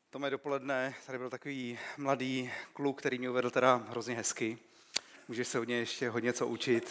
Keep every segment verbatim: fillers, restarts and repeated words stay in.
To mé dopoledne, tady byl takový mladý kluk, který mě uvedl teda hrozně hezky. Můžeš se hodně ještě hodně co učit.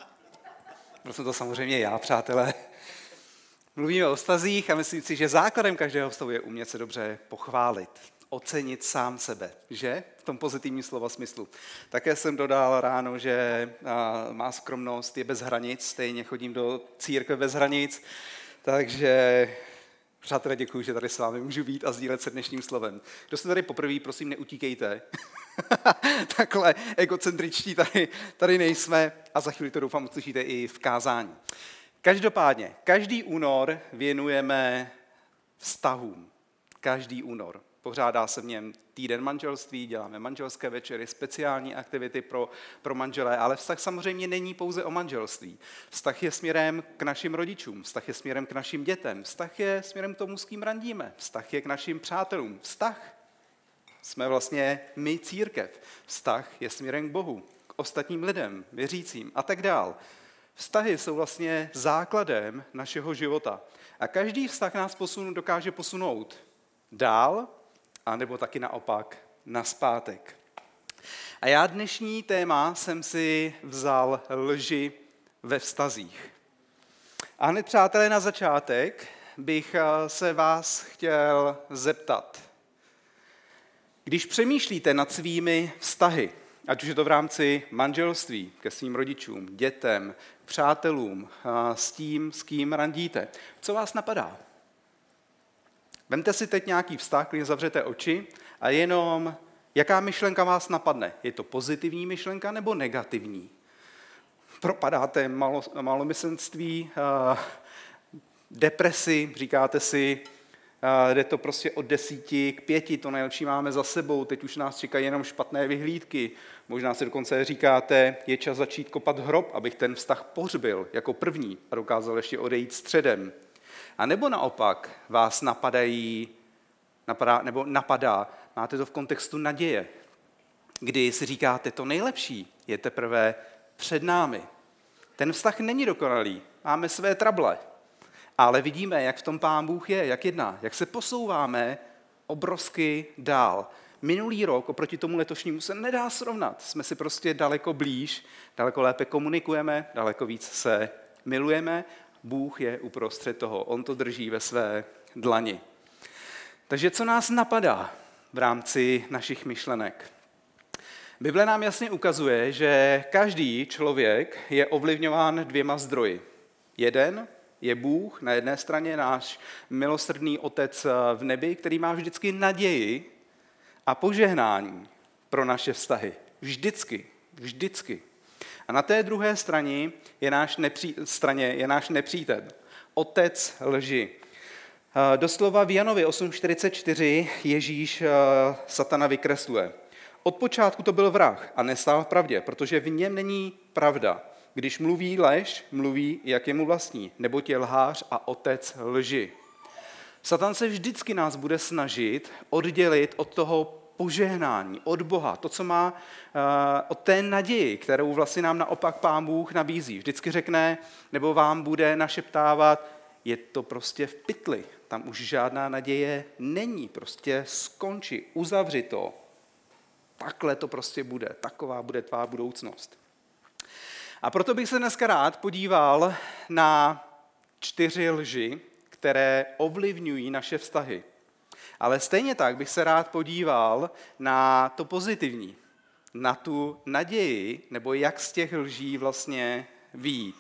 Byl jsem to samozřejmě já, přátelé. Mluvíme o vztazích a myslím si, že základem každého vztahu je umět se dobře pochválit. Ocenit sám sebe, že? V tom pozitivním slova smyslu. Také jsem dodal ráno, že má skromnost je bez hranic, stejně chodím do církve bez hranic, takže přátelé, děkuji, že tady s vámi můžu být a sdílet se dnešním slovem. Kdo jste tady poprvé, prosím, neutíkejte. Takhle egocentričtí tady, tady nejsme a za chvíli to doufám uslyšíte i v kázání. Každopádně, každý únor věnujeme vztahům. Každý únor. Pořádá se v něm týden manželství, děláme manželské večery, speciální aktivity pro, pro manželé, ale vztah samozřejmě není pouze o manželství. Vztah je směrem k našim rodičům, vztah je směrem k našim dětem, vztah je směrem k tomu, s kým randíme, vztah je k našim přátelům, vztah jsme vlastně my církev, vztah je směrem k Bohu, k ostatním lidem, věřícím a tak dál. Vztahy jsou vlastně základem našeho života a každý vztah nás posunu, dokáže posunout dál, a nebo taky naopak nazpátek. A já dnešní téma jsem si vzal lži ve vztazích. A hned, přátelé, na začátek bych se vás chtěl zeptat. Když přemýšlíte nad svými vztahy, ať už je to v rámci manželství, ke svým rodičům, dětem, přátelům, s tím, s kým randíte, co vás napadá? Vemte si teď nějaký vztah, když zavřete oči a jenom, jaká myšlenka vás napadne. Je to pozitivní myšlenka nebo negativní? Propadáte malo, malomyslenství, uh, depresi, říkáte si, uh, jde to prostě od desíti k pěti, to nejlepší máme za sebou, teď už nás čekají jenom špatné vyhlídky. Možná si dokonce říkáte, je čas začít kopat hrob, abych ten vztah pohřbil jako první a dokázal ještě odejít středem. A nebo naopak vás napadají, napadá, nebo napadá, máte to v kontextu naděje, kdy si říkáte, to nejlepší je teprve před námi. Ten vztah není dokonalý, máme své trable, ale vidíme, jak v tom Pán Bůh je, jak jedná, jak se posouváme obrovsky dál. Minulý rok oproti tomu letošnímu se nedá srovnat, jsme si prostě daleko blíž, daleko lépe komunikujeme, daleko víc se milujeme. Bůh je uprostřed toho, on to drží ve své dlani. Takže co nás napadá v rámci našich myšlenek? Bible nám jasně ukazuje, že každý člověk je ovlivňován dvěma zdroji. Jeden je Bůh, na jedné straně náš milosrdný Otec v nebi, který má vždycky naději a požehnání pro naše vztahy. Vždycky, vždycky. A na té druhé straně je náš, nepří, straně je náš nepřítel, otec lži. Doslova v Janovi osm čtyřicet čtyři Ježíš satana vykresluje. Od počátku to byl vrah a nestál v pravdě, protože v něm není pravda. Když mluví lež, mluví, jak je mu vlastní, neboť je lhář a otec lži. Satan se vždycky nás bude snažit oddělit od toho požehnání, od Boha, to, co má, uh, od té naději, kterou vlastně nám naopak Pán Bůh nabízí. Vždycky řekne, nebo vám bude našeptávat, je to prostě v pytli, tam už žádná naděje není, prostě skonči, uzavři to. Takhle to prostě bude, taková bude tvá budoucnost. A proto bych se dneska rád podíval na čtyři lži, které ovlivňují naše vztahy. Ale stejně tak bych se rád podíval na to pozitivní, na tu naději, nebo jak z těch lží vlastně vyjít.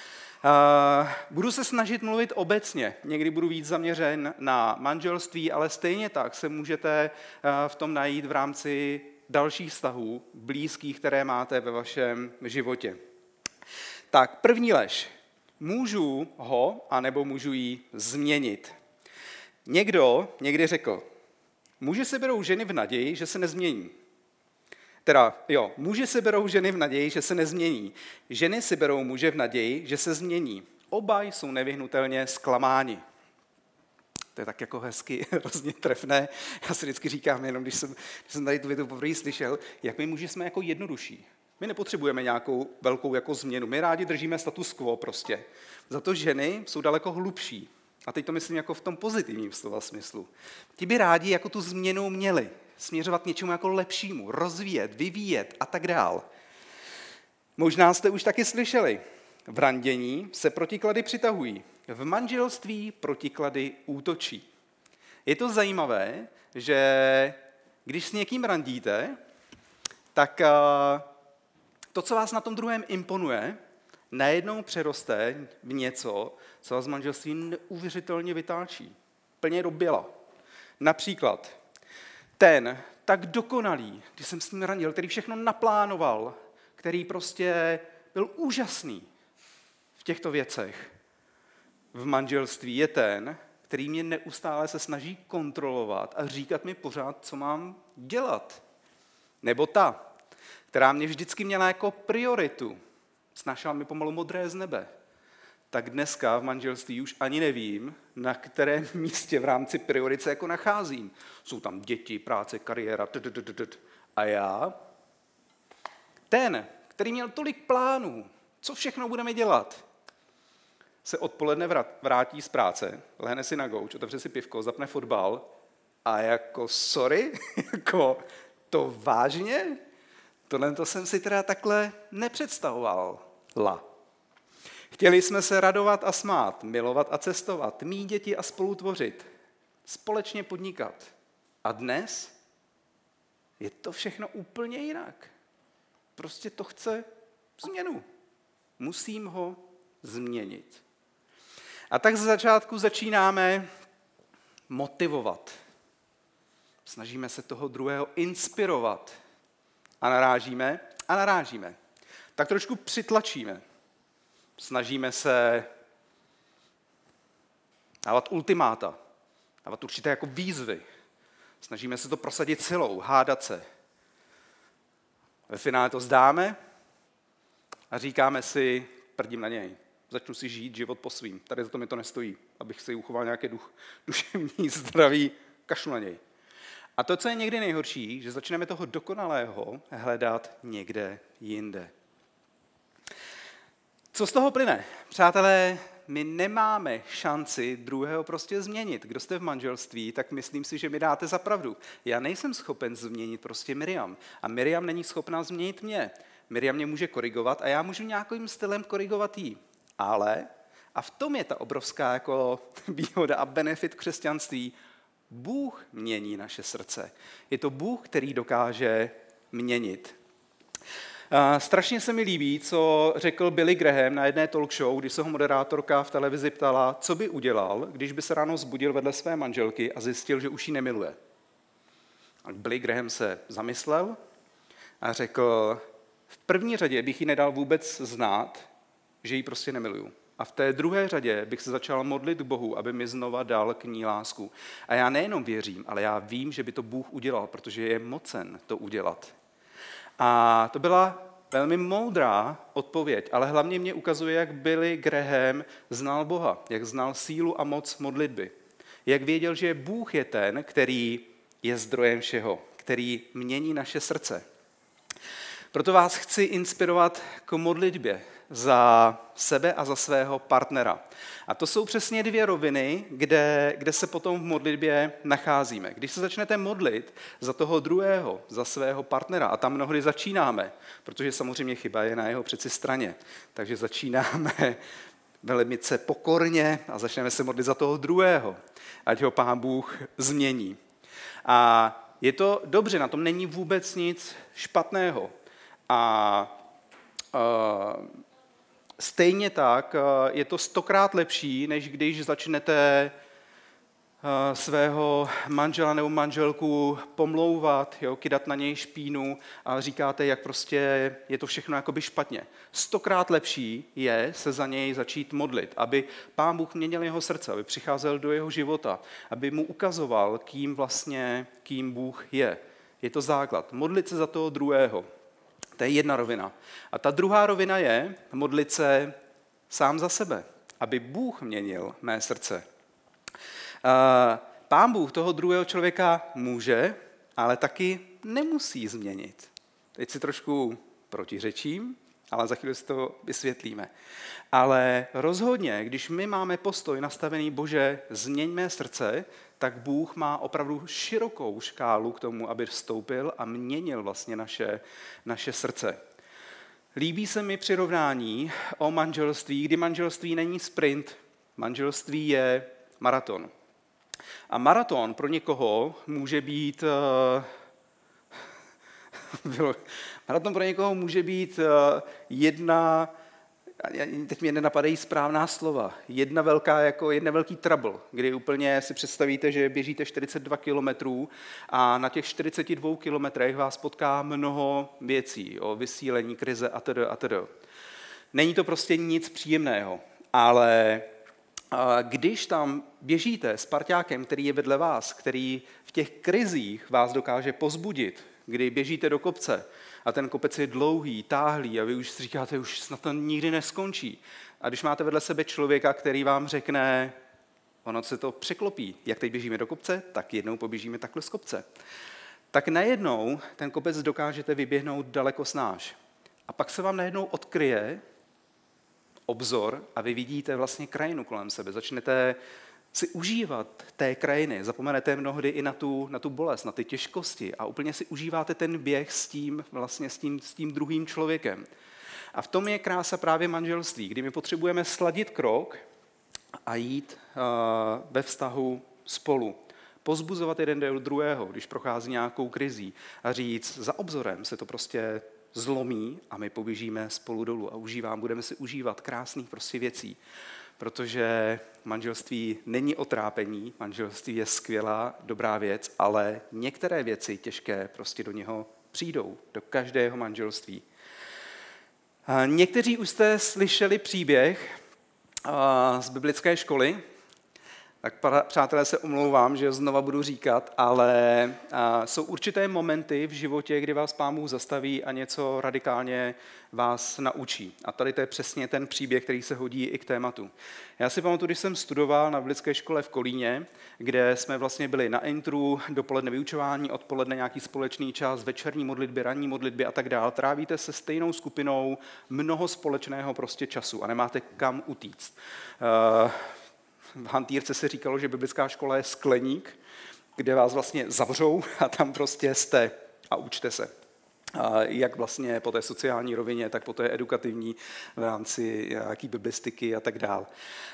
Budu se snažit mluvit obecně, někdy budu víc zaměřen na manželství, ale stejně tak se můžete v tom najít v rámci dalších vztahů, blízkých, které máte ve vašem životě. Tak, první lež. Můžu ho, anebo můžu ji změnit. Někdo někdy řekl, muži si berou ženy v naději, že se nezmění. Teda, jo, muži si berou ženy v naději, že se nezmění. Ženy si berou muže v naději, že se změní. Oba jsou nevyhnutelně zklamáni. To je tak jako hezky, hrozně trefné. Já si vždycky říkám, jenom když jsem, když jsem tady tu větu poprvé slyšel, jak my muži jsme jako jednodušší. My nepotřebujeme nějakou velkou jako změnu. My rádi držíme status quo prostě. Za to ženy jsou daleko hlubší. a teď to myslím jako v tom pozitivním slova smyslu, ti by rádi jako tu změnu měli, směřovat k něčemu jako lepšímu, rozvíjet, vyvíjet a tak dál. Možná jste už taky slyšeli, v randění se protiklady přitahují, v manželství protiklady útočí. Je to zajímavé, že když s někým randíte, tak to, co vás na tom druhém imponuje, najednou přeroste v něco, co vás z manželství neuvěřitelně vytáčí. Plně do běla. Například ten tak dokonalý, když jsem s ním randil, který všechno naplánoval, který prostě byl úžasný v těchto věcech, v manželství je ten, který mě neustále se snaží kontrolovat a říkat mi pořád, co mám dělat. Nebo ta, která mě vždycky měla jako prioritu, snášela mi pomalu modré z nebe. Tak dneska v manželství už ani nevím, na kterém místě v rámci priorit se jako nacházím. Jsou tam děti, práce, kariéra, a já, ten, který měl tolik plánů, co všechno budeme dělat, se odpoledne vrátí z práce, lehne si na gauč, otevře si pivko, zapne fotbal a jako sorry, jako to vážně? Tohle to jsem si teda takhle nepředstavoval. La. Chtěli jsme se radovat a smát, milovat a cestovat, mít děti a spolu tvořit, společně podnikat. A dnes je to všechno úplně jinak. Prostě to chce změnu. Musím ho změnit. A tak ze začátku začínáme motivovat. Snažíme se toho druhého inspirovat. A narážíme a narážíme. Tak trošku přitlačíme. Snažíme se dávat ultimáta, dávat určité jako výzvy. Snažíme se to prosadit silou, hádat se. Ve finále to zdáme a říkáme si, prdím na něj. Začnu si žít život po svým. Tady za to mi to nestojí, abych si uchoval nějaké duch, duševní zdraví, kašlu na něj. A to, co je někdy nejhorší, že začneme toho dokonalého hledat někde jinde. Co z toho plyne? Přátelé, my nemáme šanci druhého prostě změnit. Kdo jste v manželství, tak myslím si, že mi dáte za pravdu. Já nejsem schopen změnit prostě Miriam. A Miriam není schopná změnit mě. Miriam mě může korigovat a já můžu nějakým stylem korigovat jí. Ale, a v tom je ta obrovská jako výhoda a benefit křesťanství, Bůh mění naše srdce. Je to Bůh, který dokáže měnit. Strašně se mi líbí, co řekl Billy Graham na jedné talk show, když se ho moderátorka v televizi ptala, co by udělal, když by se ráno zbudil vedle své manželky a zjistil, že už ji nemiluje. A Billy Graham se zamyslel a řekl, v první řadě bych ji nedal vůbec znát, že ji prostě nemiluju. A v té druhé řadě bych se začal modlit k Bohu, aby mi znova dal k ní lásku. A já nejenom věřím, ale já vím, že by to Bůh udělal, protože je mocen to udělat. A to byla velmi moudrá odpověď, ale hlavně mě ukazuje, jak Billy Graham znal Boha, jak znal sílu a moc modlitby. Jak věděl, že Bůh je ten, který je zdrojem všeho, který mění naše srdce. Proto vás chci inspirovat k modlitbě za sebe a za svého partnera. A to jsou přesně dvě roviny, kde, kde se potom v modlitbě nacházíme. Když se začnete modlit za toho druhého, za svého partnera, a tam mnohdy začínáme, protože samozřejmě chyba je na jeho přeci straně, takže začínáme velmi pokorně a začneme se modlit za toho druhého, ať ho Pán Bůh změní. A je to dobře, na tom není vůbec nic špatného. A uh, stejně tak je to stokrát lepší, než když začnete svého manžela nebo manželku pomlouvat, jo, kydat na něj špínu a říkáte, jak prostě je to všechno jakoby špatně. Stokrát lepší je se za něj začít modlit, aby Pán Bůh měnil jeho srdce, aby přicházel do jeho života, aby mu ukazoval, kým vlastně, kým Bůh je. Je to základ. Modlit se za toho druhého. To je jedna rovina. A ta druhá rovina je modlit se sám za sebe, aby Bůh měnil mé srdce. Pán Bůh toho druhého člověka může, ale taky nemusí změnit. Teď si trošku protiřečím, ale za chvíli si to vysvětlíme. Ale rozhodně, když my máme postoj nastavený, Bože, změň mé srdce, tak Bůh má opravdu širokou škálu k tomu, aby vstoupil a měnil vlastně naše, naše srdce. Líbí se mi přirovnání o manželství, kdy manželství není sprint, manželství je maraton. A maraton pro někoho může být bylo, maraton pro někoho může být jedna, teď mě nenapadají správná slova, jedna velká, jako jedna velký trouble, kdy úplně si představíte, že běžíte čtyřicet dva kilometrů a na těch čtyřiceti dvou kilometrech vás potká mnoho věcí, o vysílení, krize a tedy a tedy. Není to prostě nic příjemného, ale když tam běžíte s parťákem, který je vedle vás, který v těch krizích vás dokáže pozbudit, kdy běžíte do kopce a ten kopec je dlouhý, táhlý a vy už si říkáte, už snad to nikdy neskončí. A když máte vedle sebe člověka, který vám řekne, ono se to překlopí, jak teď běžíme do kopce, tak jednou poběžíme takhle z kopce. Tak najednou ten kopec dokážete vyběhnout daleko snáš. A pak se vám najednou odkryje obzor a vy vidíte vlastně krajinu kolem sebe. Začnete si užívat té krajiny, zapomenete mnohdy i na tu, na tu bolest, na ty těžkosti a úplně si užíváte ten běh s tím, vlastně s tím, s tím druhým člověkem. A v tom je krása právě manželství, kdy my potřebujeme sladit krok a jít uh, ve vztahu spolu. Pozbuzovat jeden do druhého, když prochází nějakou krizí a říct, za obzorem se to prostě zlomí a my poběžíme spolu dolů a užívám, budeme si užívat krásných prostě věcí. Protože manželství není o trápení, manželství je skvělá, dobrá věc, ale některé věci těžké prostě do něho přijdou, do každého manželství. A někteří už jste slyšeli příběh z biblické školy, tak přátelé se omlouvám, že znova budu říkat, ale jsou určité momenty v životě, kdy vás Pán Bůh zastaví a něco radikálně vás naučí. A tady to je přesně ten příběh, který se hodí i k tématu. Já si pamatuju, když jsem studoval na biblické škole v Kolíně, kde jsme vlastně byli na intru, dopoledne vyučování, odpoledne nějaký společný čas, večerní modlitby, ranní modlitby a tak dál. Trávíte se stejnou skupinou mnoho společného prostě času a nemáte kam utíct. Uh, V hantýrce se říkalo, že biblická škola je skleník, kde vás vlastně zavřou a tam prostě jste a učte se. A jak vlastně po té sociální rovině, tak po té edukativní v rámci nějaký biblistiky a tak dál.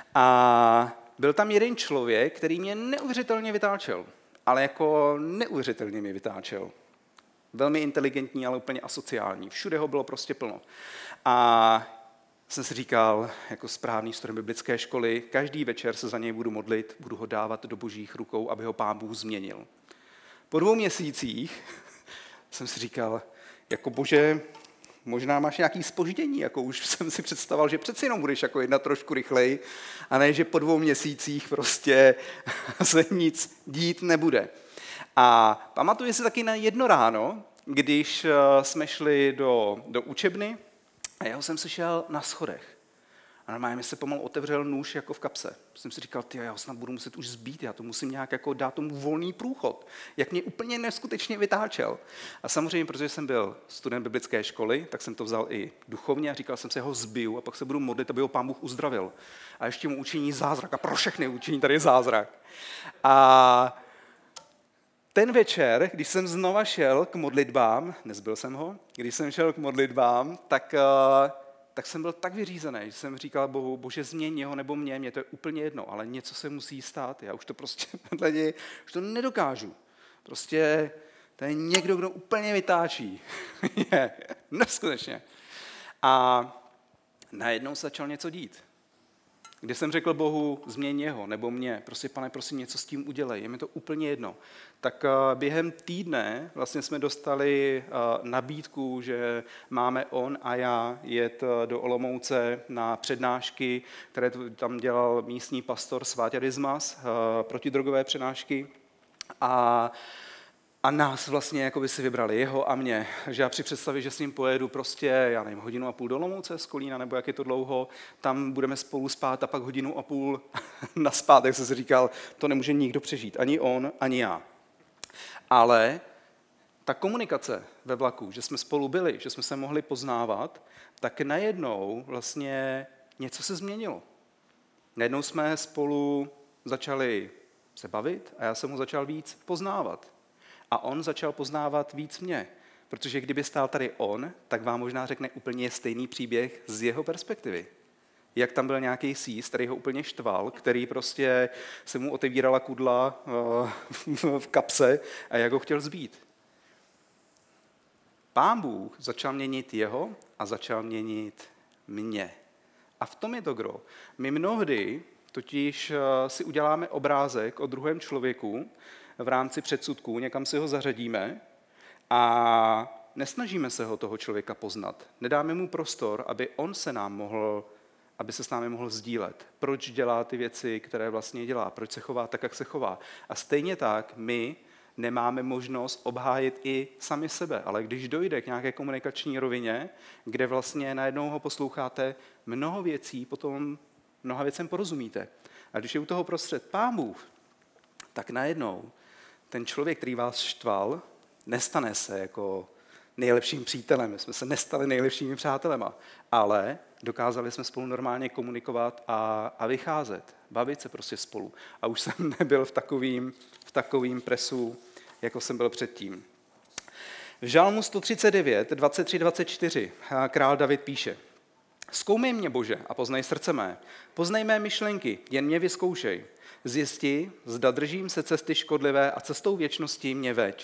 A byl tam jeden člověk, který mě neuvěřitelně vytáčel, ale jako neuvěřitelně mě vytáčel. Velmi inteligentní, ale úplně asociální. Všude ho bylo prostě plno. A jsem si říkal, jako správný student biblické školy, každý večer se za něj budu modlit, budu ho dávat do božích rukou, aby ho Pán Bůh změnil. Po dvou měsících jsem si říkal, jako Bože, možná máš nějaké zpoždění, jako už jsem si představoval, že přeci jenom budeš jako jednat trošku rychleji, a ne, že po dvou měsících prostě se nic dít nebude. A pamatuju si taky na jedno ráno, když jsme šli do, do učebny, a já jsem se šel na schodech. A normálně mi se pomalu otevřel nůž jako v kapse. Jsem si říkal, ty, já ho snad budu muset už zbít, já to musím nějak jako dát tomu volný průchod. Jak mě úplně neskutečně vytáčel. A samozřejmě, protože jsem byl student biblické školy, tak jsem to vzal i duchovně a říkal jsem si, ho zbiju a pak se budu modlit, aby ho Pán Bůh uzdravil. A ještě mu učiní zázrak a pro všechny učiní tady zázrak. A ten večer, když jsem znova šel k modlitbám, nezbyl jsem ho, když jsem šel k modlitbám, tak, tak jsem byl tak vyřízený, že jsem říkal Bohu, Bože, změň ho nebo mě, mě to je úplně jedno, ale něco se musí stát, já už to prostě vedle něj, už to nedokážu. Prostě to je někdo, kdo úplně vytáčí. je, neskutečně. A najednou se začal něco dít. Kdy jsem řekl Bohu, změň jeho, nebo mě, prostě Pane, prosím, něco s tím udělej, je mi to úplně jedno. Tak během týdne vlastně jsme dostali nabídku, že máme on a já jet do Olomouce na přednášky, které tam dělal místní pastor Sváťa Dismas, protidrogové přednášky. A A nás vlastně jako by si vybrali, jeho a mě. Takže já při představě, že s ním pojedu prostě, já nevím, hodinu a půl do Olomouce z Kolína, nebo jak je to dlouho, tam budeme spolu spát a pak hodinu a půl naspát, jak jsem si říkal, to nemůže nikdo přežít, ani on, ani já. Ale ta komunikace ve vlaku, že jsme spolu byli, že jsme se mohli poznávat, tak najednou vlastně něco se změnilo. Najednou jsme spolu začali se bavit a já jsem ho začal víc poznávat. A on začal poznávat víc mě. Protože kdyby stál tady on, tak vám možná řekne úplně stejný příběh z jeho perspektivy. Jak tam byl nějaký sís, který ho úplně štval, který prostě se mu otevírala kudla v kapse a jak ho chtěl zbít. Pán Bůh začal měnit jeho a začal měnit mě. A v tom je to gro. My mnohdy totiž si uděláme obrázek o druhém člověku v rámci předsudků, někam si ho zařadíme a nesnažíme se ho toho člověka poznat. Nedáme mu prostor, aby on se nám mohl, aby se s námi mohl sdílet. Proč dělá ty věci, které vlastně dělá, proč se chová tak, jak se chová. A stejně tak my nemáme možnost obhájit i sami sebe. Ale když dojde k nějaké komunikační rovině, kde vlastně najednou ho posloucháte, mnoho věcí, potom mnoha věcem porozumíte. A když je u toho prostřed Pán Bůh, tak najednou ten člověk, který vás štval, nestane se jako nejlepším přítelem. My jsme se nestali nejlepšími přátelema, ale dokázali jsme spolu normálně komunikovat a, a vycházet, bavit se prostě spolu. A už jsem nebyl v takovým, v takovým presu, jako jsem byl předtím. V Žalmu sto třicet devět, dvacet tři dvacet čtyři král David píše: Zkoumej mě, Bože, a poznej srdce mé. Poznej mé myšlenky, jen mě vyzkoušej. Zjisti, zda držím se cesty škodlivé a cestou věčnosti mě veď.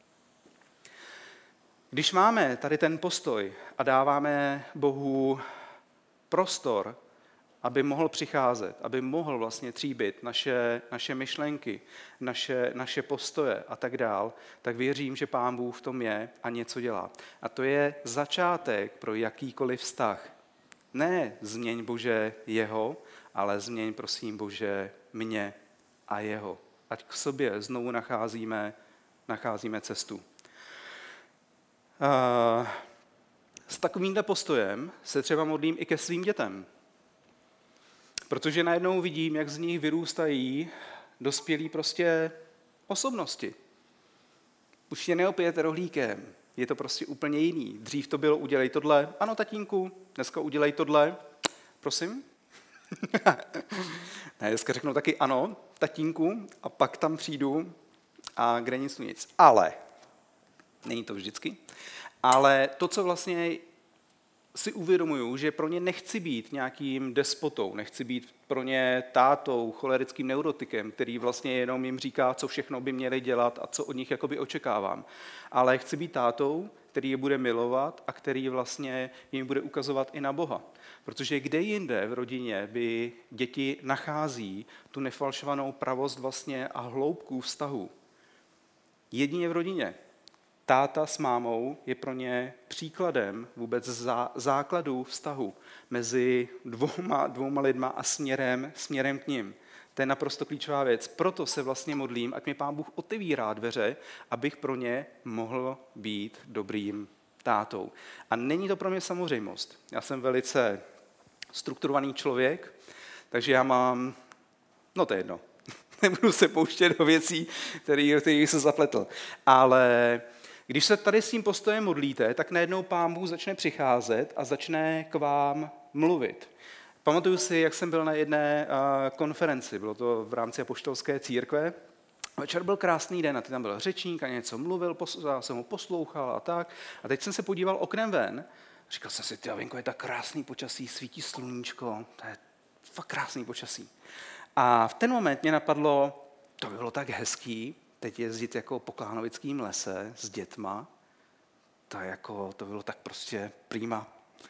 Když máme tady ten postoj a dáváme Bohu prostor, aby mohl přicházet, aby mohl vlastně tříbit naše, naše myšlenky, naše, naše postoje a tak dál, tak věřím, že Pán Bůh v tom je a něco dělá. A to je začátek pro jakýkoliv vztah. Ne změň, Bože, jeho, ale změň, prosím, Bože, mě a jeho. Ať k sobě znovu nacházíme, nacházíme cestu. Uh, s takovýmhle postojem se třeba modlím i ke svým dětem. Protože najednou vidím, jak z nich vyrůstají dospělí prostě osobnosti. Už je neopijete rohlíkem, je to prostě úplně jiný. Dřív to bylo udělej tohle, ano tatínku, dneska udělej tohle, prosím. Ne, dneska řeknu taky ano, tatínku, a pak tam přijdu a kde nic tu nic. Ale, není to vždycky, ale to, co vlastně si uvědomuju, že pro ně nechci být nějakým despotou, nechci být pro ně tátou, cholerickým neurotikem, který vlastně jenom jim říká, co všechno by měli dělat a co od nich jakoby očekávám. Ale chci být tátou, který je bude milovat a který vlastně jim bude ukazovat i na Boha. Protože kde jinde v rodině by děti nachází tu nefalšovanou pravost vlastně a hloubku vztahu? Jedině v rodině. Táta s mámou je pro ně příkladem vůbec zá, základů vztahu mezi dvouma, dvouma lidma a směrem, směrem k nim. To je naprosto klíčová věc. Proto se vlastně modlím, ať mi Pán Bůh otevírá dveře, abych pro ně mohl být dobrým tátou. A není to pro mě samozřejmost. Já jsem velice strukturovaný člověk, takže já mám, no to je jedno, nebudu se pouštět do věcí, které se zapletl, ale když se tady s tím postojem modlíte, tak najednou Pán Bůh začne přicházet a začne k vám mluvit. Pamatuju si, jak jsem byl na jedné konferenci, bylo to v rámci apoštolské církve. Večer byl krásný den a ty tam byl řečník a něco mluvil, já jsem ho poslouchal a tak. A teď jsem se podíval oknem ven, říkal jsem si, ty venku je tak krásný počasí, svítí sluníčko, to je fakt krásný počasí. A v ten moment mě napadlo, to by bylo tak hezký, teď jezdit jako po Klánovickém lese s dětma, to, jako, to bylo tak prostě prima.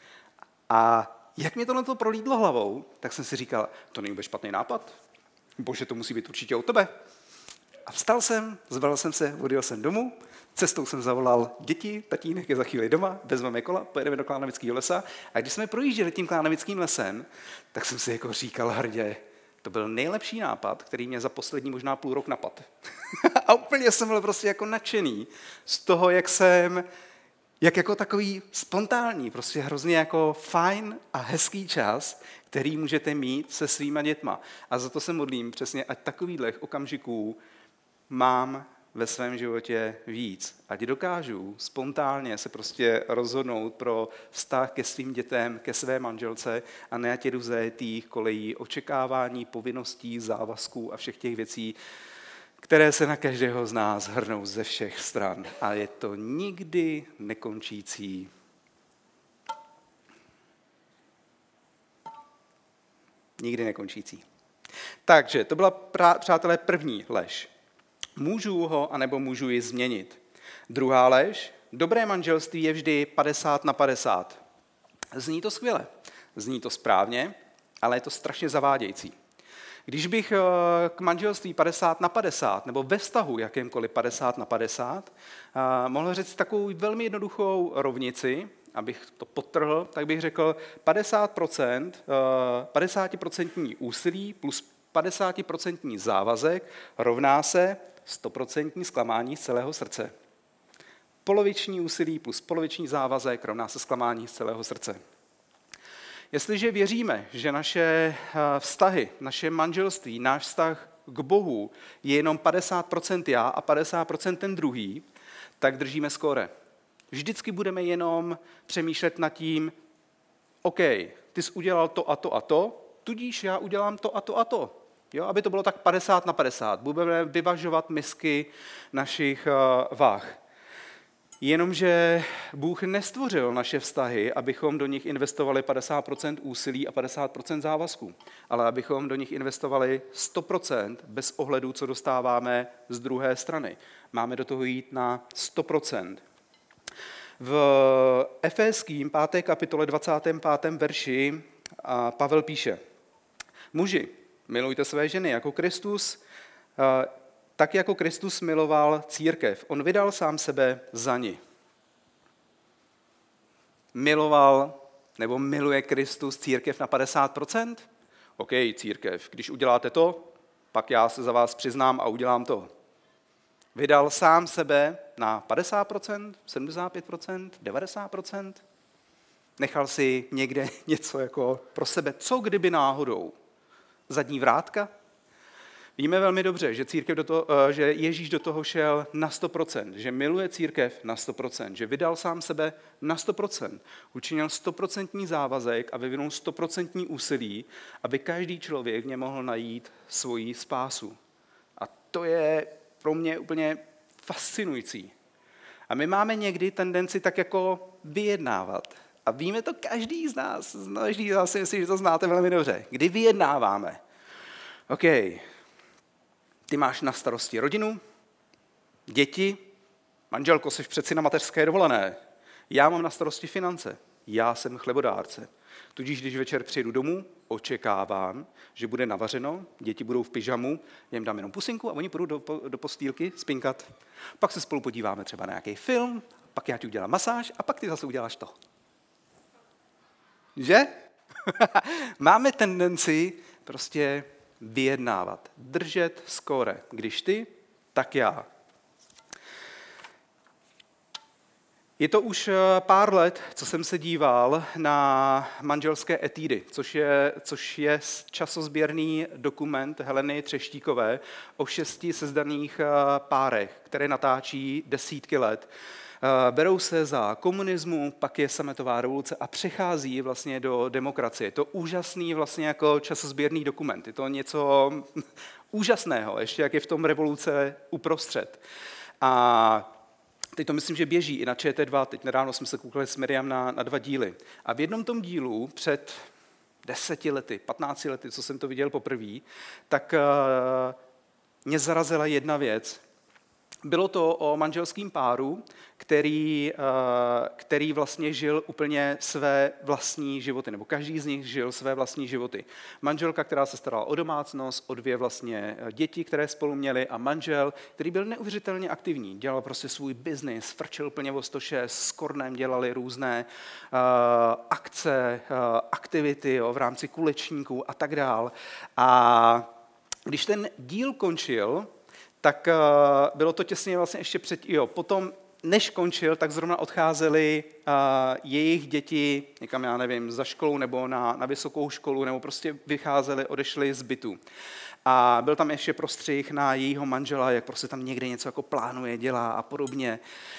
A jak mě tohle to prolídlo hlavou, tak jsem si říkal, to není vůbec špatný nápad, Bože, to musí být určitě u tebe. A vstal jsem, zbral jsem se, odjel jsem domů, cestou jsem zavolal děti, tatínek je za chvíli doma, vezmeme kola, pojedeme do Klánovického lesa. A když jsme projížděli tím Klánovickým lesem, tak jsem si jako říkal hrdě, to byl nejlepší nápad, který mě za poslední možná půl rok napadl. A úplně jsem byl prostě jako nadšený z toho, jak jsem, jak jako takový spontánní, prostě hrozně jako fajn a hezký čas, který můžete mít se svýma dětma. A za to se modlím přesně, ať takovýhle okamžiků mám ve svém životě víc. Ať dokážu spontánně se prostě rozhodnout pro vztah ke svým dětem, ke své manželce a ne ať jedu v zajetých kolejí očekávání, povinností, závazků a všech těch věcí, které se na každého z nás hrnou ze všech stran. A je to nikdy nekončící. Nikdy nekončící. Takže to byla, prá, přátelé, první lež. Můžu ho, anebo můžu ji změnit. Druhá lež, dobré manželství je vždy padesát na padesát. Zní to skvěle, zní to správně, ale je to strašně zavádějící. Když bych k manželství padesát na padesát, nebo ve vztahu jakémkoliv padesát na padesát, mohl říct takovou velmi jednoduchou rovnici, abych to podtrhl, tak bych řekl padesát procent, padesát procent úsilí plus padesát procent závazek rovná se sto procent zklamání z celého srdce. Poloviční úsilí plus poloviční závazek rovná se zklamání z celého srdce. Jestliže věříme, že naše vztahy, naše manželství, náš vztah k Bohu je jenom padesát procent já a padesát procent ten druhý, tak držíme skóre. Vždycky budeme jenom přemýšlet nad tím, OK, ty jsi udělal to a to a to, tudíž já udělám to a to a to. Jo, aby to bylo tak padesát na padesát. Budeme vyvažovat misky našich uh, váh. Jenomže Bůh nestvořil naše vztahy, abychom do nich investovali padesát procent úsilí a padesát procent závazků, ale abychom do nich investovali sto procent bez ohledu, co dostáváme z druhé strany. Máme do toho jít na sto procent. V Efeským páté kapitole dvacátém pátém verši Pavel píše: Muži, milujte své ženy jako Kristus, tak jako Kristus miloval církev. On vydal sám sebe za ni. Miloval nebo miluje Kristus církev na padesát procent? OK, církev, když uděláte to, pak já se za vás přiznám a udělám to. Vydal sám sebe na padesát procent, sedmdesát pět procent, devadesát procent? Nechal si někde něco jako pro sebe, co kdyby náhodou? Zadní vrátka? Víme velmi dobře, že, církev do toho, že Ježíš do toho šel na sto procent, že miluje církev na sto procent, že vydal sám sebe na sto procent, učinil sto procent závazek a vyvinul sto procent úsilí, aby každý člověk v něm mohl najít svoji spásu. A to je pro mě úplně fascinující. A my máme někdy tendenci tak jako vyjednávat. A víme to každý z nás. Každý z nás si myslí, že to znáte velmi dobře. Kdy vyjednáváme. OK, ty máš na starosti rodinu, děti, manželko, jsi přeci na mateřské dovolené. Já mám na starosti finance. Já jsem chlebodárce. Tudíž, když večer přijedu domů, očekávám, že bude navařeno, děti budou v pyžamu, já jim dám jenom pusinku a oni půjdou do, do postýlky spinkat. Pak se spolu podíváme třeba na nějaký film, pak já ti udělám masáž a pak ty zase uděláš to. Že? Máme tendenci prostě vyjednávat, držet skóre. Když ty, tak já. Je to už pár let, co jsem se díval na manželské etídy, což je, což je časozběrný dokument Heleny Třeštíkové o šesti sezdaných párech, které natáčí desítky let. Berou se za komunismu, pak je sametová revoluce a přechází vlastně do demokracie. Je to úžasný vlastně jako časozběrný dokument. Je to něco úžasného, ještě jak je v tom revoluce uprostřed. A teď to myslím, že běží i na Č T dva. Teď nedávno jsme se koukali s Miriam na, na dva díly. A v jednom tom dílu před deseti lety, patnácti lety, co jsem to viděl poprvé, tak uh, mě zarazila jedna věc. Bylo to o manželském páru, který, který vlastně žil úplně své vlastní životy, nebo každý z nich žil své vlastní životy. Manželka, která se starala o domácnost, o dvě vlastně děti, které spolu měli, a manžel, který byl neuvěřitelně aktivní. Dělal prostě svůj biznis, frčel plně o sto šest, s Kornem dělali různé uh, akce, uh, aktivity jo, v rámci kulečníků a tak dál. A když ten díl končil, tak uh, bylo to těsně vlastně ještě před, jo, potom, než končil, tak zrovna odcházeli uh, jejich děti někam, já nevím, za školu nebo na, na vysokou školu, nebo prostě vycházeli, odešli z bytu. A byl tam ještě prostřih na jejího manžela, jak prostě tam někde něco jako plánuje, dělá a podobně.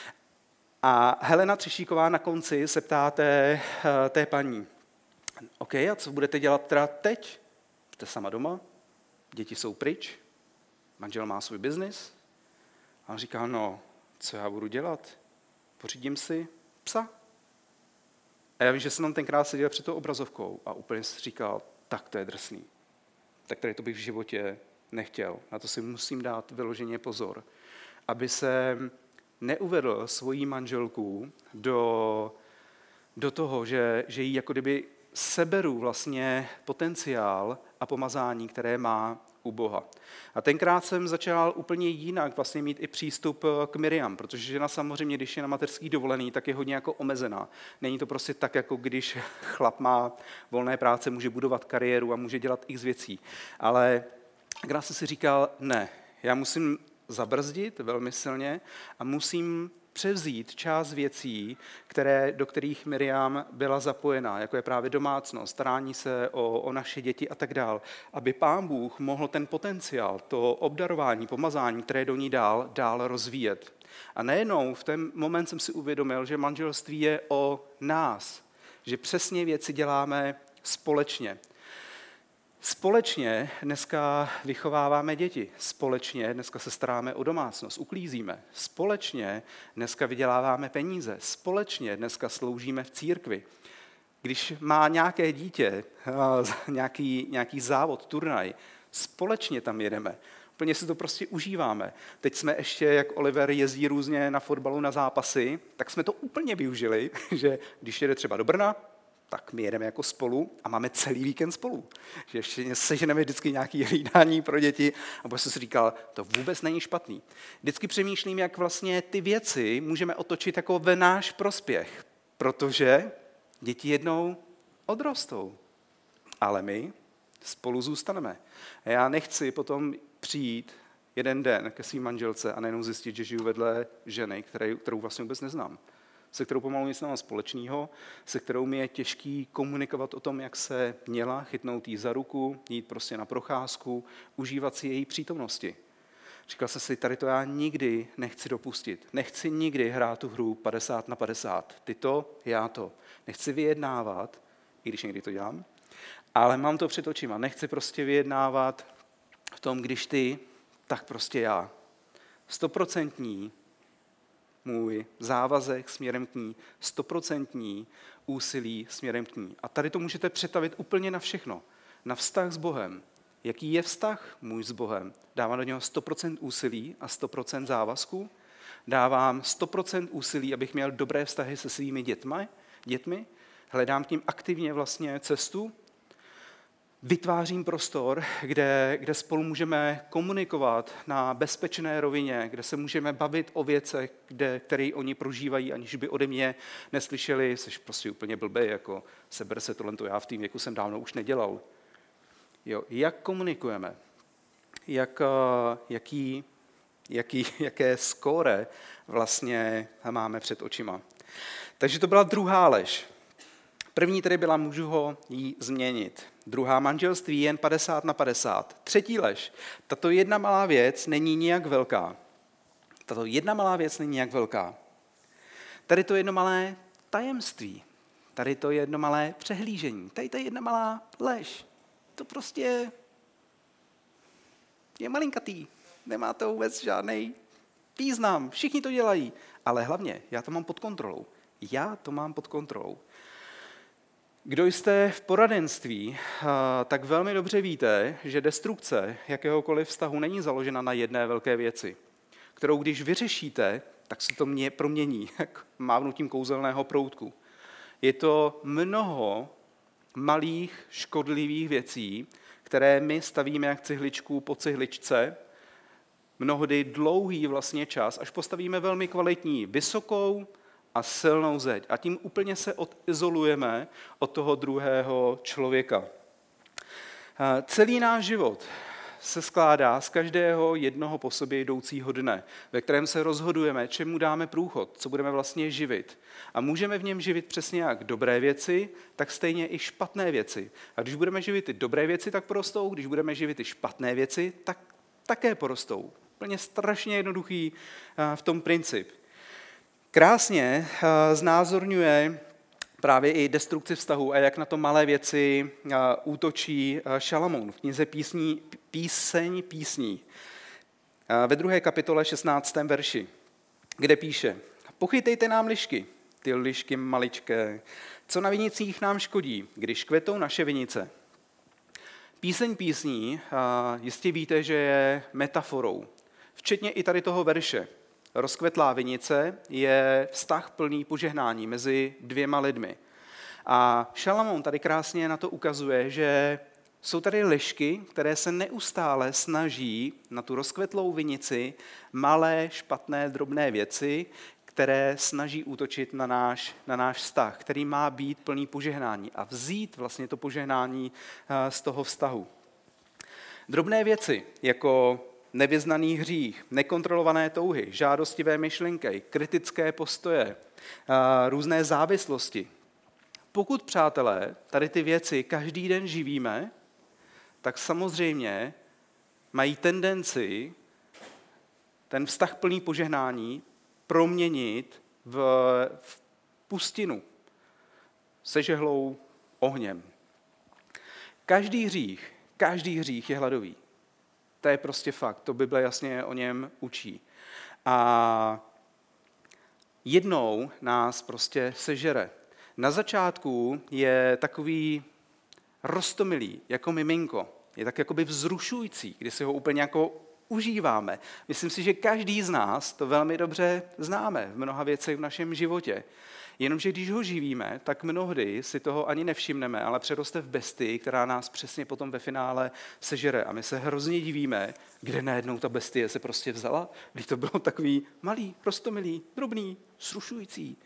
A Helena Třešíková na konci se ptá té, té paní, OK, a co budete dělat teda teď? Jste sama doma, děti jsou pryč, manžel má svůj biznis. A on říká, no, co já budu dělat? Pořídím si psa. A já vím, že jsem tam tenkrát seděl před tou obrazovkou a úplně si říkal, tak to je drsný. Tak tady to bych v životě nechtěl. Na to si musím dát vyloženě pozor. Aby se neuvedl svoji manželku do, do toho, že, že jí jako kdyby seberu vlastně potenciál a pomazání, které má u Boha. A tenkrát jsem začal úplně jinak vlastně mít i přístup k Miriam, protože žena samozřejmě, když je na mateřský dovolený, tak je hodně jako omezená. Není to prostě tak, jako když chlap má volné práce, může budovat kariéru a může dělat x věcí. Ale tenkrát jsem si říkal, ne, já musím zabrzdit velmi silně a musím převzít část věcí, které, do kterých Miriam byla zapojená, jako je právě domácnost, starání se o, o naše děti a tak dál, aby Pán Bůh mohl ten potenciál, to obdarování, pomazání, které do ní dál, dál rozvíjet. A nejenom v ten moment jsem si uvědomil, že manželství je o nás, že přesně věci děláme společně. Společně dneska vychováváme děti, společně dneska se staráme o domácnost, uklízíme, společně dneska vyděláváme peníze, společně dneska sloužíme v církvi. Když má nějaké dítě, nějaký, nějaký závod, turnaj, společně tam jedeme, úplně si to prostě užíváme. Teď jsme ještě, jak Oliver jezdí různě na fotbalu na zápasy, tak jsme to úplně využili, že když jede třeba do Brna, tak my jedeme jako spolu a máme celý víkend spolu. Že ještě seženeme vždycky nějaké hlídání pro děti a pak jsem si říkal, to vůbec není špatný. Vždycky přemýšlím, jak vlastně ty věci můžeme otočit jako ve náš prospěch, protože děti jednou odrostou, ale my spolu zůstaneme. A já nechci potom přijít jeden den ke svým manželce a nejenom zjistit, že žiju vedle ženy, kterou vlastně vůbec neznám, se kterou pomalu nic nemám společného, se kterou mi je těžký komunikovat o tom, jak se měla, chytnout jí za ruku, jít prostě na procházku, užívat si její přítomnosti. Říkal jsem si, tady to já nikdy nechci dopustit. Nechci nikdy hrát tu hru padesát na padesát. Ty to, já to. Nechci vyjednávat, i když někdy to dělám, ale mám to před očima. Nechci prostě vyjednávat v tom, když ty, tak prostě já. Stoprocentní můj závazek směrem k ní, stoprocentní úsilí směrem k ní. A tady to můžete přetavit úplně na všechno. Na vztah s Bohem. Jaký je vztah můj s Bohem? Dávám do něho sto procent úsilí a sto procent závazku. Dávám sto procent úsilí, abych měl dobré vztahy se svými dětmi. dětmi. Hledám tím aktivně vlastně cestu. Vytvářím prostor, kde, kde spolu můžeme komunikovat na bezpečné rovině, kde se můžeme bavit o věcech, kde, které oni prožívají, aniž by ode mě neslyšeli, jsi prostě úplně blbej, jako seber se tohle, to já v tým věku jsem dávno už nedělal. Jo, jak komunikujeme? Jak, jaký, jaký, jaké skóre vlastně máme před očima? Takže to byla druhá lež. První tedy byla, můžu ho jí změnit. Druhá, manželství jen padesát na padesát. Třetí lež. Tato jedna malá věc není nijak velká. Tato jedna malá věc není nijak velká. Tady to jedno malé tajemství. Tady to jedno malé přehlížení. Tady to jedna malá lež. To prostě je malinkatý. Nemá to vůbec žádný význam. Všichni to dělají. Ale hlavně, já to mám pod kontrolou. Já to mám pod kontrolou. Kdo jste v poradenství, tak velmi dobře víte, že destrukce jakéhokoliv vztahu není založena na jedné velké věci, kterou když vyřešíte, tak se to mě promění jak mávnutím kouzelného proutku. Je to mnoho malých škodlivých věcí, které my stavíme jak cihličku po cihličce, mnohdy dlouhý vlastně čas, až postavíme velmi kvalitní, vysokou a silnou zeď. A tím úplně se odizolujeme od toho druhého člověka. Celý náš život se skládá z každého jednoho po sobě jdoucího dne, ve kterém se rozhodujeme, čemu dáme průchod, co budeme vlastně živit. A můžeme v něm živit přesně jak dobré věci, tak stejně i špatné věci. A když budeme živit ty dobré věci, tak porostou, když budeme živit ty špatné věci, tak také porostou. Úplně strašně jednoduchý v tom princip. Krásně znázorňuje právě i destrukci vztahu a jak na to malé věci útočí Šalamoun v knize písní, Píseň písní ve druhé kapitole šestnáctém verši, kde píše: Pochytejte nám lišky, ty lišky maličké, co na vinicích nám škodí, když kvetou naše vinice. Píseň písní jistě víte, že je metaforou, včetně i tady toho verše. Rozkvetlá vinice je vztah plný požehnání mezi dvěma lidmi. A Šalamoun tady krásně na to ukazuje, že jsou tady lišky, které se neustále snaží na tu rozkvetlou vinici malé, špatné, drobné věci, které snaží útočit na náš, na náš vztah, který má být plný požehnání a vzít vlastně to požehnání z toho vztahu. Drobné věci, jako nevyznaný hřích, nekontrolované touhy, žádostivé myšlenky, kritické postoje, různé závislosti. Pokud, přátelé, tady ty věci každý den živíme, tak samozřejmě mají tendenci ten vztah plný požehnání proměnit v, v pustinu se žehlou ohněm. Každý hřích, každý hřích je hladový. To je prostě fakt, to Bible jasně o něm učí. A jednou nás prostě sežere. Na začátku je takový roztomilý, jako miminko. Je tak jakoby vzrušující, kdy si ho úplně jako užíváme. Myslím si, že každý z nás to velmi dobře známe v mnoha věcech v našem životě. Jenomže když ho živíme, tak mnohdy si toho ani nevšimneme, ale přeroste v bestii, která nás přesně potom ve finále sežere. A my se hrozně divíme, kde najednou ta bestie se prostě vzala, když to bylo takový malý, roztomilý, drobný, zrušující.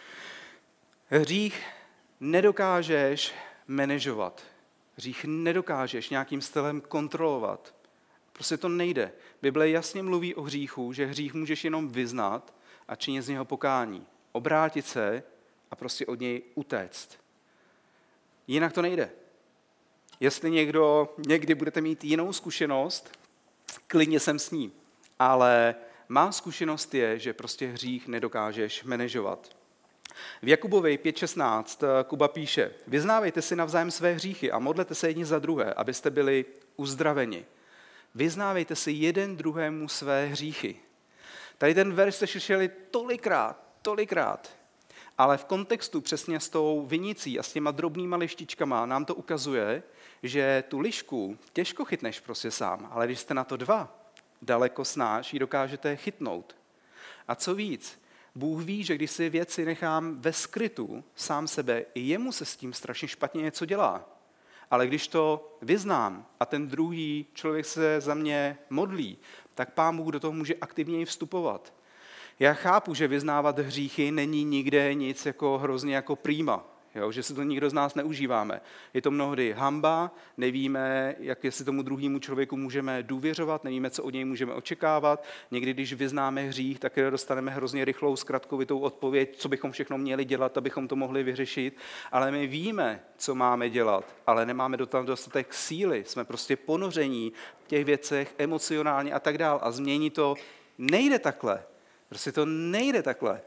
Hřích nedokážeš manažovat. Hřích nedokážeš nějakým stylem kontrolovat. Prostě to nejde. Bible jasně mluví o hříchu, že hřích můžeš jenom vyznat a činit z něho pokání. Obrátit se a prostě od něj utéct. Jinak to nejde. Jestli někdo, někdy budete mít jinou zkušenost, klidně jsem s ní. Ale má zkušenost je, že prostě hřích nedokážeš manažovat. V Jakubovi pět šestnáct Kuba píše: Vyznávejte si navzájem své hříchy a modlete se jedni za druhé, abyste byli uzdraveni. Vyznávejte si jeden druhému své hříchy. Tady ten verš jste slyšeli tolikrát, tolikrát, ale v kontextu přesně s tou vinicí a s těma drobnýma lištičkama nám to ukazuje, že tu lišku těžko chytneš prostě sám, ale když jste na to dva, daleko snáš ji dokážete chytnout. A co víc, Bůh ví, že když si věci nechám ve skrytu sám sebe, i jemu se s tím strašně špatně něco dělá. Ale když to vyznám a ten druhý člověk se za mě modlí, tak Pán Bůh do toho může aktivněji vstupovat. Já chápu, že vyznávat hříchy není nikde nic jako hrozně jako prýma, jo? Že si to nikdo z nás neužíváme. Je to mnohdy hanba, nevíme, jak jestli tomu druhému člověku můžeme důvěřovat, nevíme, co od něj můžeme očekávat. Někdy, když vyznáme hřích, tak dostaneme hrozně rychlou, zkratkovitou odpověď, co bychom všechno měli dělat, abychom to mohli vyřešit. Ale my víme, co máme dělat, ale nemáme do tam dostatek síly. Jsme prostě ponoření v těch věcech emocionálně a tak dál. A změnit to nejde takhle. Prostě to nejde takhle.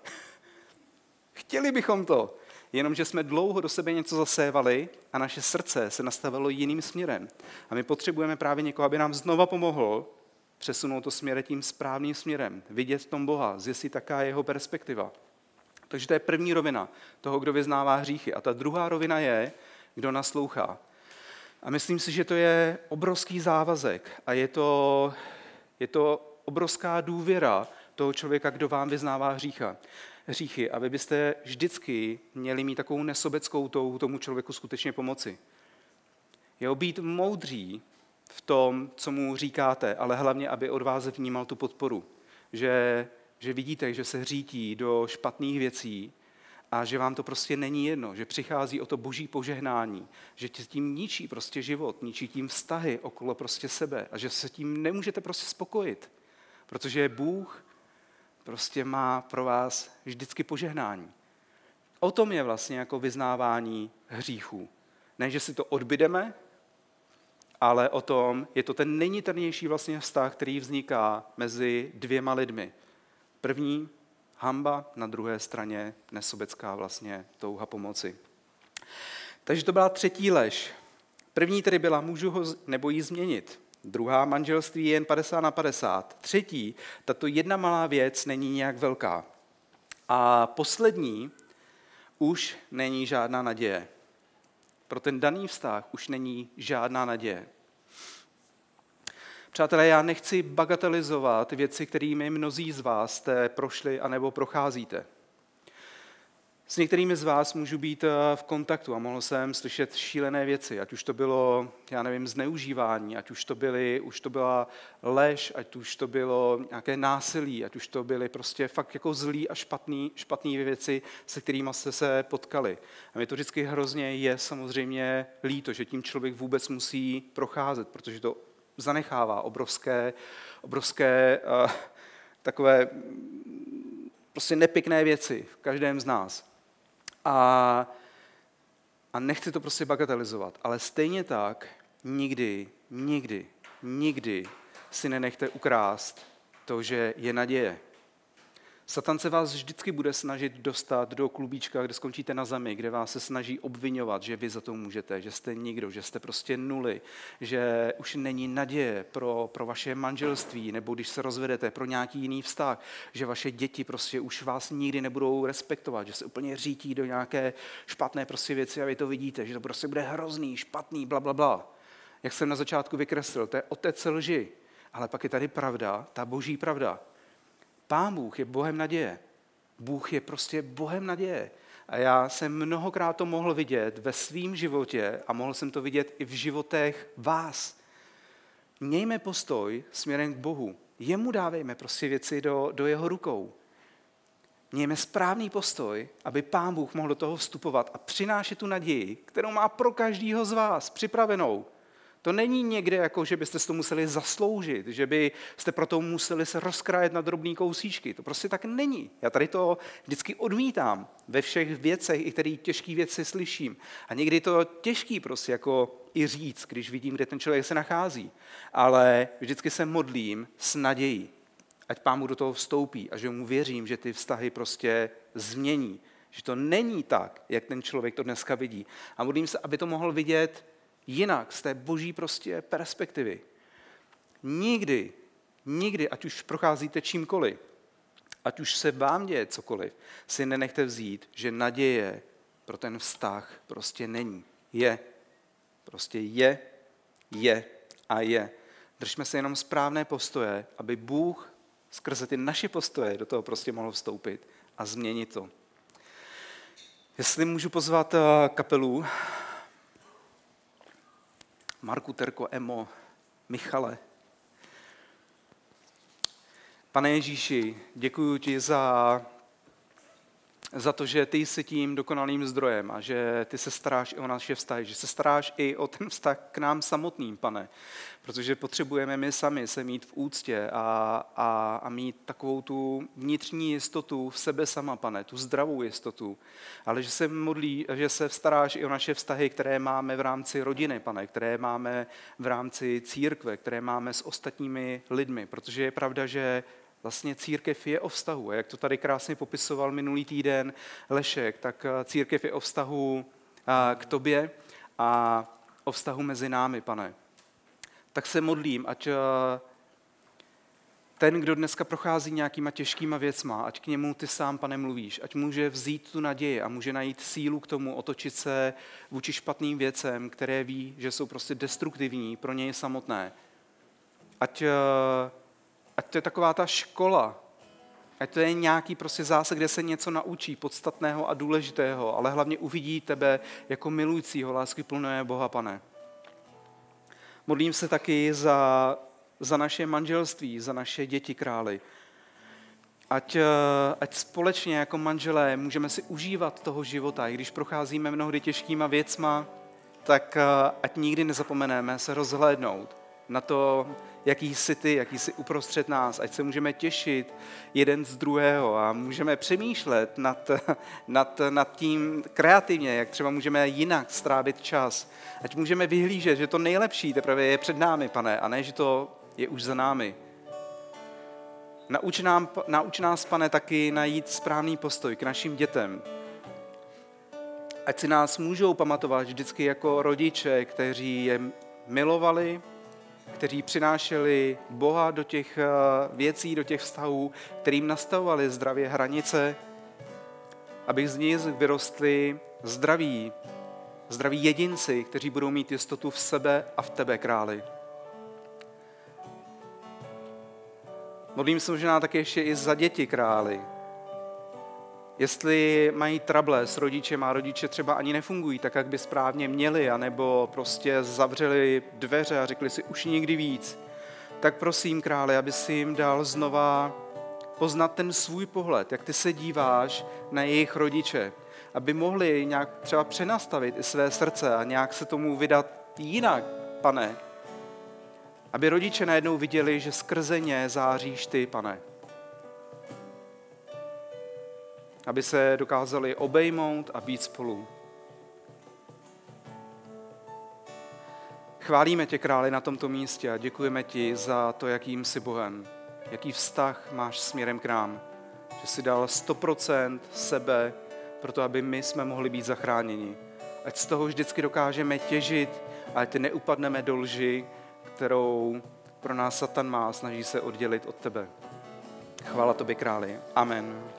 Chtěli bychom to, jenomže jsme dlouho do sebe něco zasévali a naše srdce se nastavilo jiným směrem. A my potřebujeme právě někoho, aby nám znova pomohl přesunout to směr tím správným směrem, vidět v tom Boha, zjistit, taká jeho perspektiva. Takže to je první rovina toho, kdo vyznává hříchy. A ta druhá rovina je, kdo naslouchá. A myslím si, že to je obrovský závazek a je to, je to obrovská důvěra toho člověka, kdo vám vyznává hřícha, hříchy. A vy byste vždycky měli mít takovou nesobeckou touhu tomu člověku skutečně pomoci. Jo, být moudří v tom, co mu říkáte, ale hlavně, aby od vás vnímal tu podporu. Že, že vidíte, že se řítí do špatných věcí a že vám to prostě není jedno, že přichází o to boží požehnání, že tě tím ničí prostě život, ničí tím vztahy okolo prostě sebe a že se tím nemůžete prostě spokojit, protože Bůh prostě má pro vás vždycky požehnání. O tom je vlastně jako vyznávání hříchů. Ne, že si to odbydeme, ale o tom je to ten nejniternější vlastně vztah, který vzniká mezi dvěma lidmi. První hanba, na druhé straně nesobecká vlastně touha pomoci. Takže to byla třetí lež. První tedy byla můžu ho nebo jí změnit. Druhá manželství je jen padesát na padesát. Třetí, tato jedna malá věc není nějak velká. A poslední, už není žádná naděje. Pro ten daný vztah už není žádná naděje. Přátelé, já nechci bagatelizovat věci, kterými mnozí z vás jste prošli anebo procházíte. S některými z vás můžu být v kontaktu a mohl jsem slyšet šílené věci, ať už to bylo, já nevím, zneužívání, ať už to, byly, už to byla lež, ať už to bylo nějaké násilí, ať už to byly prostě fakt jako zlý a špatný, špatný věci, se kterými jste se potkali. A mě to vždycky hrozně je samozřejmě líto, že tím člověk vůbec musí procházet, protože to zanechává obrovské, obrovské uh, takové prostě nepěkné věci v každém z nás. A, a nechci to prostě bagatelizovat, ale stejně tak nikdy, nikdy, nikdy si nenechte ukrást to, že je naděje. Satan se vás vždycky bude snažit dostat do klubíčka, kde skončíte na zemi, kde vás se snaží obvinovat, že vy za to můžete, že jste nikdo, že jste prostě nuly, že už není naděje pro, pro vaše manželství, nebo když se rozvedete pro nějaký jiný vztah, že vaše děti prostě už vás nikdy nebudou respektovat, že se úplně řítí do nějaké špatné prostě věci a vy to vidíte, že to prostě bude hrozný, špatný, bla, bla, bla. Jak jsem na začátku vykreslil, to je otec lži, ale pak je tady pravda, ta boží pravda. Pán Bůh je Bohem naděje. Bůh je prostě Bohem naděje. A já jsem mnohokrát to mohl vidět ve svém životě a mohl jsem to vidět i v životech vás. Mějme postoj směrem k Bohu. Jemu dávejme prostě věci do, do jeho rukou. Mějme správný postoj, aby Pán Bůh mohl do toho vstupovat a přinášet tu naději, kterou má pro každého z vás připravenou. To není někde, jako, že byste si to museli zasloužit, že byste proto museli se rozkrájet na drobný kousíčky. To prostě tak není. Já tady to vždycky odmítám ve všech věcech, i které těžké věci slyším. A někdy to těžký prostě jako i říct, když vidím, kde ten člověk se nachází. Ale vždycky se modlím s nadějí, ať Pán mu do toho vstoupí a že mu věřím, že ty vztahy prostě změní. Že to není tak, jak ten člověk to dneska vidí. A modlím se, aby to mohl vidět jinak, z té boží prostě perspektivy. Nikdy, nikdy, ať už procházíte čímkoliv, ať už se vám děje cokoliv, si nenechte vzít, že naděje pro ten vztah prostě není. Je. Prostě je, je a je. Držme se jenom správné postoje, aby Bůh skrze ty naše postoje do toho prostě mohl vstoupit a změnit to. Jestli můžu pozvat kapelu, Marku, Terko, Emo, Michale. Pane Ježíši, děkuji ti za, za to, že ty jsi tím dokonalým zdrojem a že ty se staráš i o naše vztahy, že se staráš i o ten vztah k nám samotným, pane. Protože potřebujeme my sami se mít v úctě a, a, a mít takovou tu vnitřní jistotu v sebe sama, pane, tu zdravou jistotu. Ale že se modlí, že se staráš i o naše vztahy, které máme v rámci rodiny, pane, které máme v rámci církve, které máme s ostatními lidmi, protože je pravda, že vlastně církev je o vztahu. A jak to tady krásně popisoval minulý týden Lešek, tak církev je o vztahu k tobě a o vztahu mezi námi, pane. Tak se modlím, ať ten, kdo dneska prochází nějakýma těžkýma věcma, ať k němu ty sám, pane, mluvíš, ať může vzít tu naději a může najít sílu k tomu, otočit se vůči špatným věcem, které ví, že jsou prostě destruktivní pro něj samotné. Ať, ať to je taková ta škola, ať to je nějaký prostě zásah, kde se něco naučí podstatného a důležitého, ale hlavně uvidí tebe jako milujícího, láskyplného Boha, pane. Modlím se taky za, za naše manželství, za naše děti, králi. Ať, ať společně jako manželé můžeme si užívat toho života, i když procházíme mnohdy těžkýma věcma, tak ať nikdy nezapomeneme se rozhlédnout na to, jaký jsi ty, jaký jsi uprostřed nás, ať se můžeme těšit jeden z druhého a můžeme přemýšlet nad, nad, nad tím kreativně, jak třeba můžeme jinak strávit čas. Ať můžeme vyhlížet, že to nejlepší teprve je před námi, Pane, a ne, že to je už za námi. Nauč, nám, nauč nás, Pane, taky najít správný postoj k našim dětem. Ať si nás můžou pamatovat vždycky jako rodiče, kteří je milovali, kteří přinášeli Boha do těch věcí, do těch vztahů, kterým nastavovali zdravě hranice, aby z nich vyrostli zdraví, zdraví jedinci, kteří budou mít jistotu v sebe a v tebe, králi. Modlím se možná také ještě i za děti, králi. Jestli mají trable s rodičem a rodiče třeba ani nefungují tak, jak by správně měli, anebo prostě zavřeli dveře a řekli si už nikdy víc, tak prosím, králi, aby si jim dal znova poznat ten svůj pohled, jak ty se díváš na jejich rodiče, aby mohli nějak třeba přenastavit i své srdce a nějak se tomu vydat jinak, Pane. Aby rodiče najednou viděli, že skrze ně záříš ty, Pane. Aby se dokázali obejmout a být spolu. Chválíme tě, králi, na tomto místě a děkujeme ti za to, jakým jsi Bohem, jaký vztah máš směrem k nám, že jsi dal sto procent sebe pro to, aby my jsme mohli být zachráněni. Ať z toho vždycky dokážeme těžit a ať neupadneme do lži, kterou pro nás Satan má, snaží se oddělit od tebe. Chvála tobě, králi. Amen.